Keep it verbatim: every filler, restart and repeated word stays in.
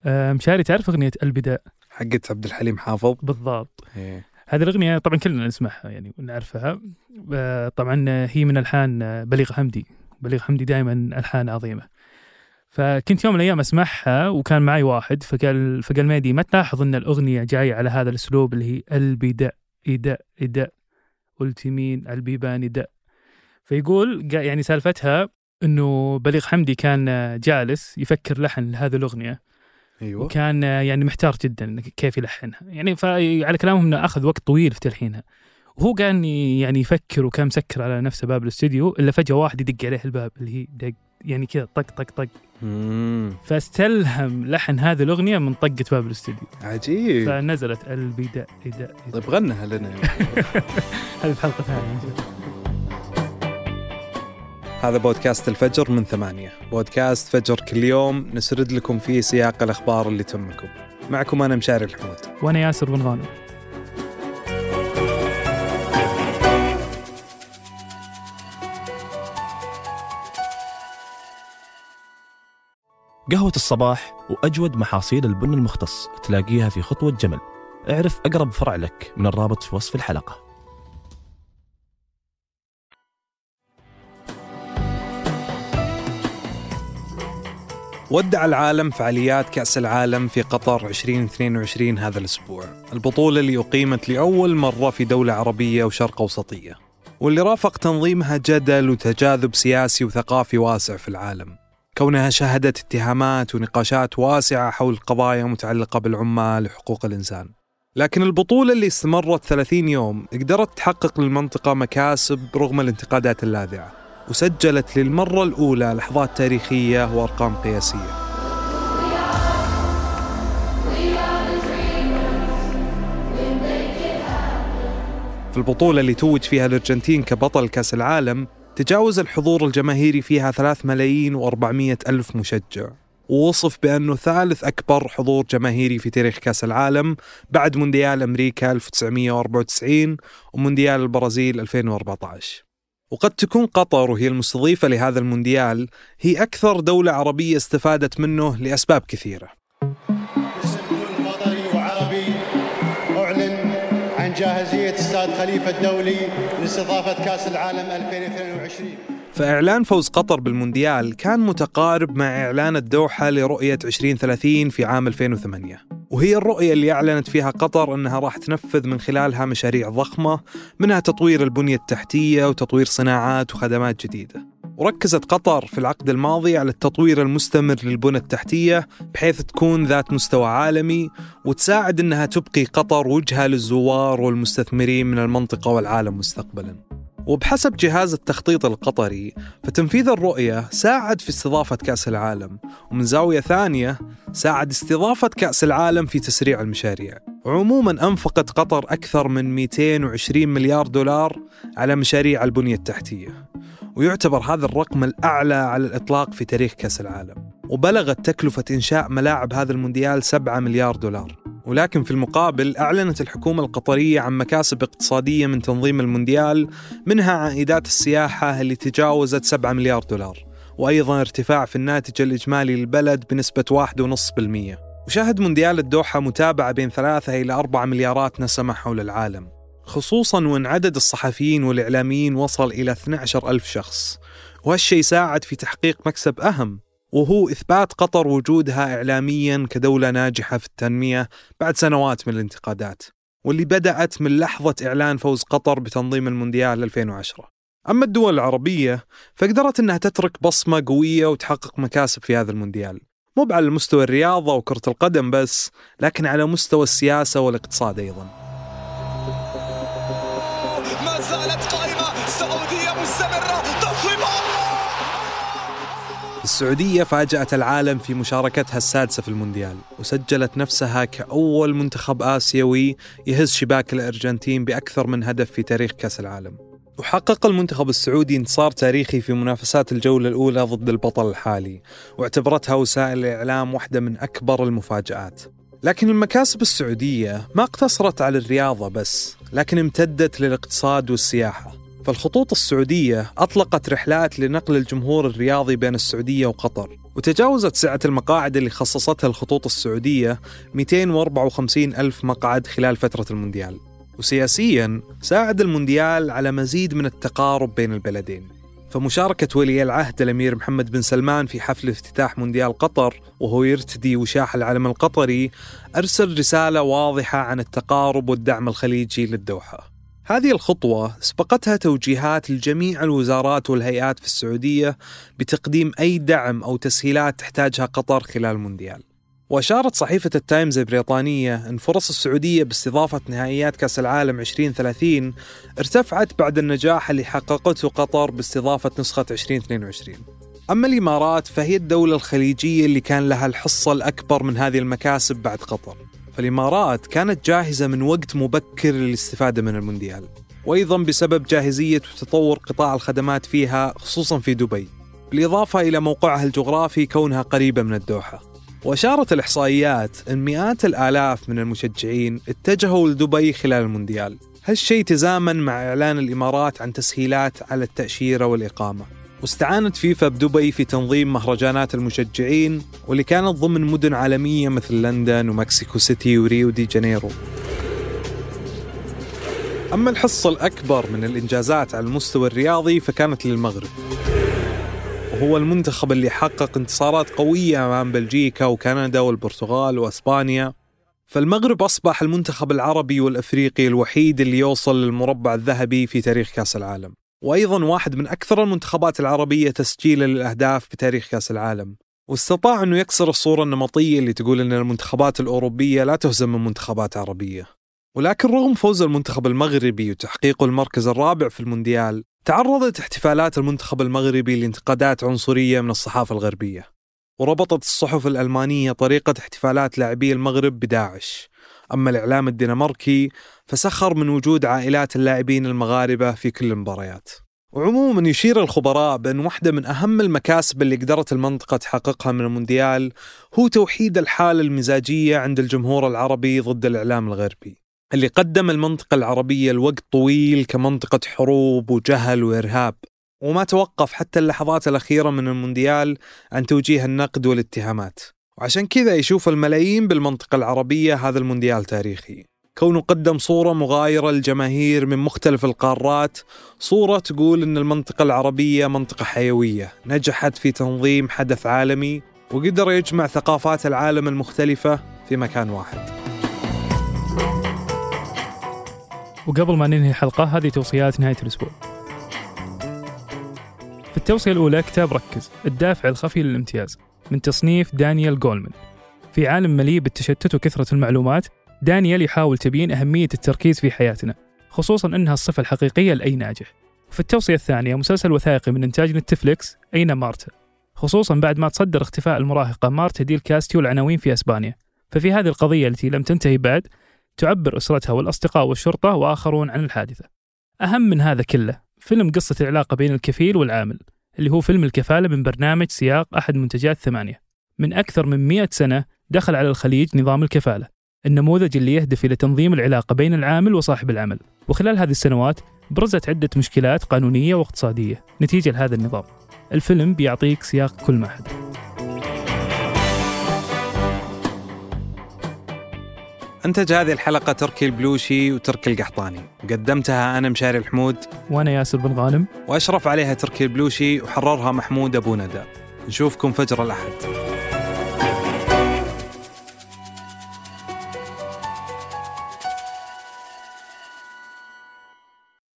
مشاري تعرف أغنية البداء حقت عبد الحليم حافظ؟ بالضبط. إيه. هذه الأغنية طبعا كلنا نسمعها يعني ونعرفها. طبعا هي من ألحان بليغ حمدي. بليغ حمدي دائما ألحان عظيمة. فكنت يوم من الأيام أسمعها وكان معي واحد فقال فقال مادي ما تلاحظ أن الأغنية جاية على هذا الأسلوب اللي هي البداء إداء إداء قلت مين البيبان إداء. فيقول يعني سالفتها إنه بليغ حمدي كان جالس يفكر لحن لهذه الأغنية. أيوة. وكان يعني محتار جدا كيف يلحنها يعني. فعلى كلامهم إنه أخذ وقت طويل في تلحينها وهو كان يعني يفكر وكان مسكر على نفسه باب الاستوديو إلا فجأة واحد يدق عليه الباب اللي هي دق يعني كذا طق طق طق. مم. فاستلهم لحن هذه الأغنية من طقة باب الاستوديو. عجيب. فنزلت البداء إداء. طيب غنها لنا. هذه الحلقة ثانية. هذا بودكاست الفجر من ثمانية، بودكاست فجر كل يوم نسرد لكم فيه سياق الأخبار اللي تهمكم. معكم أنا مشاري الحمود وأنا ياسر بن غانم. قهوة الصباح وأجود محاصيل البن المختص تلاقيها في خطوة جمل. اعرف أقرب فرع لك من الرابط في وصف الحلقة. ودع العالم فعاليات كأس العالم في قطر عشرين اثنين وعشرين هذا الأسبوع، البطولة اللي أقيمت لأول مرة في دولة عربية وشرق أوسطية، واللي رافق تنظيمها جدل وتجاذب سياسي وثقافي واسع في العالم، كونها شهدت اتهامات ونقاشات واسعة حول قضايا متعلقة بالعمال وحقوق الإنسان. لكن البطولة اللي استمرت ثلاثين يوم قدرت تحقق للمنطقة مكاسب رغم الانتقادات اللاذعة، وسجلت للمرة الأولى لحظات تاريخية وأرقام قياسية. في البطولة اللي توج فيها الأرجنتين كبطل كأس العالم تجاوز الحضور الجماهيري فيها ثلاث ملايين وأربعمائة ألف مشجع، ووصف بأنه ثالث أكبر حضور جماهيري في تاريخ كأس العالم بعد مونديال أمريكا ألف وتسعمائة وأربعة وتسعين ومونديال البرازيل ألفين وأربعة عشر. وقد تكون قطر وهي المستضيفة لهذا المونديال هي أكثر دولة عربية استفادت منه لأسباب كثيرة. اسم كل قطري وعربي أعلن عن جاهزية استاد خليفة الدولي لاستضافة كأس العالم ألفين واثنين وعشرين. فإعلان فوز قطر بالمونديال كان متقارب مع إعلان الدوحة لرؤية عشرين ثلاثين في عام ألفين وثمانية، وهي الرؤية اللي أعلنت فيها قطر أنها راح تنفذ من خلالها مشاريع ضخمة، منها تطوير البنية التحتية وتطوير صناعات وخدمات جديدة. وركزت قطر في العقد الماضي على التطوير المستمر للبنى التحتية بحيث تكون ذات مستوى عالمي وتساعد أنها تبقي قطر وجهة للزوار والمستثمرين من المنطقة والعالم مستقبلاً. وبحسب جهاز التخطيط القطري فتنفيذ الرؤية ساعد في استضافة كأس العالم، ومن زاوية ثانية ساعد استضافة كأس العالم في تسريع المشاريع. وعموما أنفقت قطر أكثر من مئتين وعشرين مليار دولار على مشاريع البنية التحتية، ويعتبر هذا الرقم الأعلى على الإطلاق في تاريخ كأس العالم. وبلغت تكلفة إنشاء ملاعب هذا المونديال سبعة مليار دولار. ولكن في المقابل أعلنت الحكومة القطرية عن مكاسب اقتصادية من تنظيم المونديال، منها عائدات السياحة اللي تجاوزت سبعة مليار دولار، وأيضا ارتفاع في الناتج الإجمالي للبلد بنسبة واحد فاصلة خمسة بالمئة. وشهد مونديال الدوحة متابعة بين ثلاثة إلى أربعة مليارات نسمة حول العالم، خصوصا وأن عدد الصحفيين والإعلاميين وصل إلى اثني عشر ألف شخص. وهالشيء ساعد في تحقيق مكسب أهم، وهو إثبات قطر وجودها إعلامياً كدولة ناجحة في التنمية بعد سنوات من الانتقادات، واللي بدأت من لحظة إعلان فوز قطر بتنظيم المونديال ألفين وعشرة. أما الدول العربية فقدرت أنها تترك بصمة قوية وتحقق مكاسب في هذا المونديال، مو على مستوى الرياضة وكرة القدم بس، لكن على مستوى السياسة والاقتصاد أيضاً. ما زالت قائمة السعودية مستمرة تصويبها. السعودية فاجأت العالم في مشاركتها السادسة في المونديال، وسجلت نفسها كأول منتخب آسيوي يهز شباك الأرجنتين بأكثر من هدف في تاريخ كأس العالم. وحقق المنتخب السعودي انتصار تاريخي في منافسات الجولة الأولى ضد البطل الحالي، واعتبرتها وسائل الإعلام واحدة من أكبر المفاجآت. لكن المكاسب السعودية ما اقتصرت على الرياضة بس، لكن امتدت للاقتصاد والسياحة. فالخطوط السعودية أطلقت رحلات لنقل الجمهور الرياضي بين السعودية وقطر، وتجاوزت سعة المقاعد اللي خصصتها الخطوط السعودية مئتين وأربعة وخمسين ألف مقعد خلال فترة المونديال. وسياسياً ساعد المونديال على مزيد من التقارب بين البلدين، فمشاركة ولي العهد الأمير محمد بن سلمان في حفل افتتاح مونديال قطر وهو يرتدي وشاح العلم القطري أرسل رسالة واضحة عن التقارب والدعم الخليجي للدوحة. هذه الخطوة سبقتها توجيهات لجميع الوزارات والهيئات في السعودية بتقديم أي دعم أو تسهيلات تحتاجها قطر خلال المونديال. وأشارت صحيفة التايمز البريطانية أن فرص السعودية باستضافة نهائيات كأس العالم عشرين ثلاثين ارتفعت بعد النجاح اللي حققته قطر باستضافة نسخة عشرين اثنين وعشرين. أما الإمارات فهي الدولة الخليجية اللي كان لها الحصة الأكبر من هذه المكاسب بعد قطر، فالإمارات كانت جاهزة من وقت مبكر للاستفادة من المونديال، وأيضاً بسبب جاهزية وتطور قطاع الخدمات فيها خصوصاً في دبي، بالإضافة إلى موقعها الجغرافي كونها قريبة من الدوحة. وأشارت الإحصائيات أن مئات الآلاف من المشجعين اتجهوا لدبي خلال المونديال. هالشيء تزامن مع إعلان الإمارات عن تسهيلات على التأشيرة والإقامة، واستعانت فيفا بدبي في تنظيم مهرجانات المشجعين واللي كانت ضمن مدن عالمية مثل لندن ومكسيكو سيتي وريو دي جانيرو. أما الحصة الأكبر من الإنجازات على المستوى الرياضي فكانت للمغرب، وهو المنتخب اللي حقق انتصارات قوية أمام بلجيكا وكندا والبرتغال وأسبانيا. فالمغرب أصبح المنتخب العربي والأفريقي الوحيد اللي يوصل للمربع الذهبي في تاريخ كأس العالم، وأيضاً واحد من أكثر المنتخبات العربية تسجيلاً للأهداف بتاريخ كأس العالم، واستطاع أنه يكسر الصورة النمطية اللي تقول أن المنتخبات الأوروبية لا تهزم من منتخبات عربية. ولكن رغم فوز المنتخب المغربي وتحقيقه المركز الرابع في المونديال، تعرضت احتفالات المنتخب المغربي لانتقادات عنصرية من الصحافة الغربية، وربطت الصحف الألمانية طريقة احتفالات لاعبي المغرب بداعش. أما الإعلام الدنماركي فسخر من وجود عائلات اللاعبين المغاربة في كل المباريات. وعموما يشير الخبراء بأن واحدة من أهم المكاسب اللي قدرت المنطقة تحققها من المونديال هو توحيد الحالة المزاجية عند الجمهور العربي ضد الإعلام الغربي، اللي قدم المنطقة العربية لوقت طويل كمنطقة حروب وجهل وإرهاب، وما توقف حتى اللحظات الأخيرة من المونديال عن توجيه النقد والاتهامات. وعشان كذا يشوف الملايين بالمنطقة العربية هذا المونديال تاريخي، كونه قدم صورة مغايرة للجماهير من مختلف القارات، صورة تقول أن المنطقة العربية منطقة حيوية نجحت في تنظيم حدث عالمي وقدر يجمع ثقافات العالم المختلفة في مكان واحد. وقبل ما ننهي الحلقة هذه توصيات نهاية الأسبوع. في التوصية الأولى كتاب ركز الدافع الخفي للامتياز من تصنيف دانيال جولمان. في عالم مليء بالتشتت وكثرة المعلومات، دانيال يحاول تبيين أهمية التركيز في حياتنا، خصوصاً أنها الصفة الحقيقية لأي ناجح. وفي التوصية الثانية مسلسل وثائقي من إنتاج نتفليكس أين مارتا، خصوصاً بعد ما تصدر اختفاء المراهقة مارتا ديل كاستيو العناوين في أسبانيا. ففي هذه القضية التي لم تنتهي بعد تعبر أسرتها والأصدقاء والشرطة وآخرون عن الحادثة. أهم من هذا كله فيلم قصة العلاقة بين الكفيل والعامل، اللي هو فيلم الكفالة من برنامج سياق أحد منتجات ثمانية. من أكثر من مئة سنة دخل على الخليج نظام الكفالة، النموذج اللي يهدف إلى تنظيم العلاقة بين العامل وصاحب العمل. وخلال هذه السنوات برزت عدة مشكلات قانونية واقتصادية نتيجة لهذا النظام. الفيلم بيعطيك سياق كل ما حدث. أنتج هذه الحلقة تركي البلوشي وتركي القحطاني، قدمتها أنا مشاري الحمود وأنا ياسر بن غانم، وأشرف عليها تركي البلوشي وحررها محمود أبو ندى. نشوفكم فجر الأحد.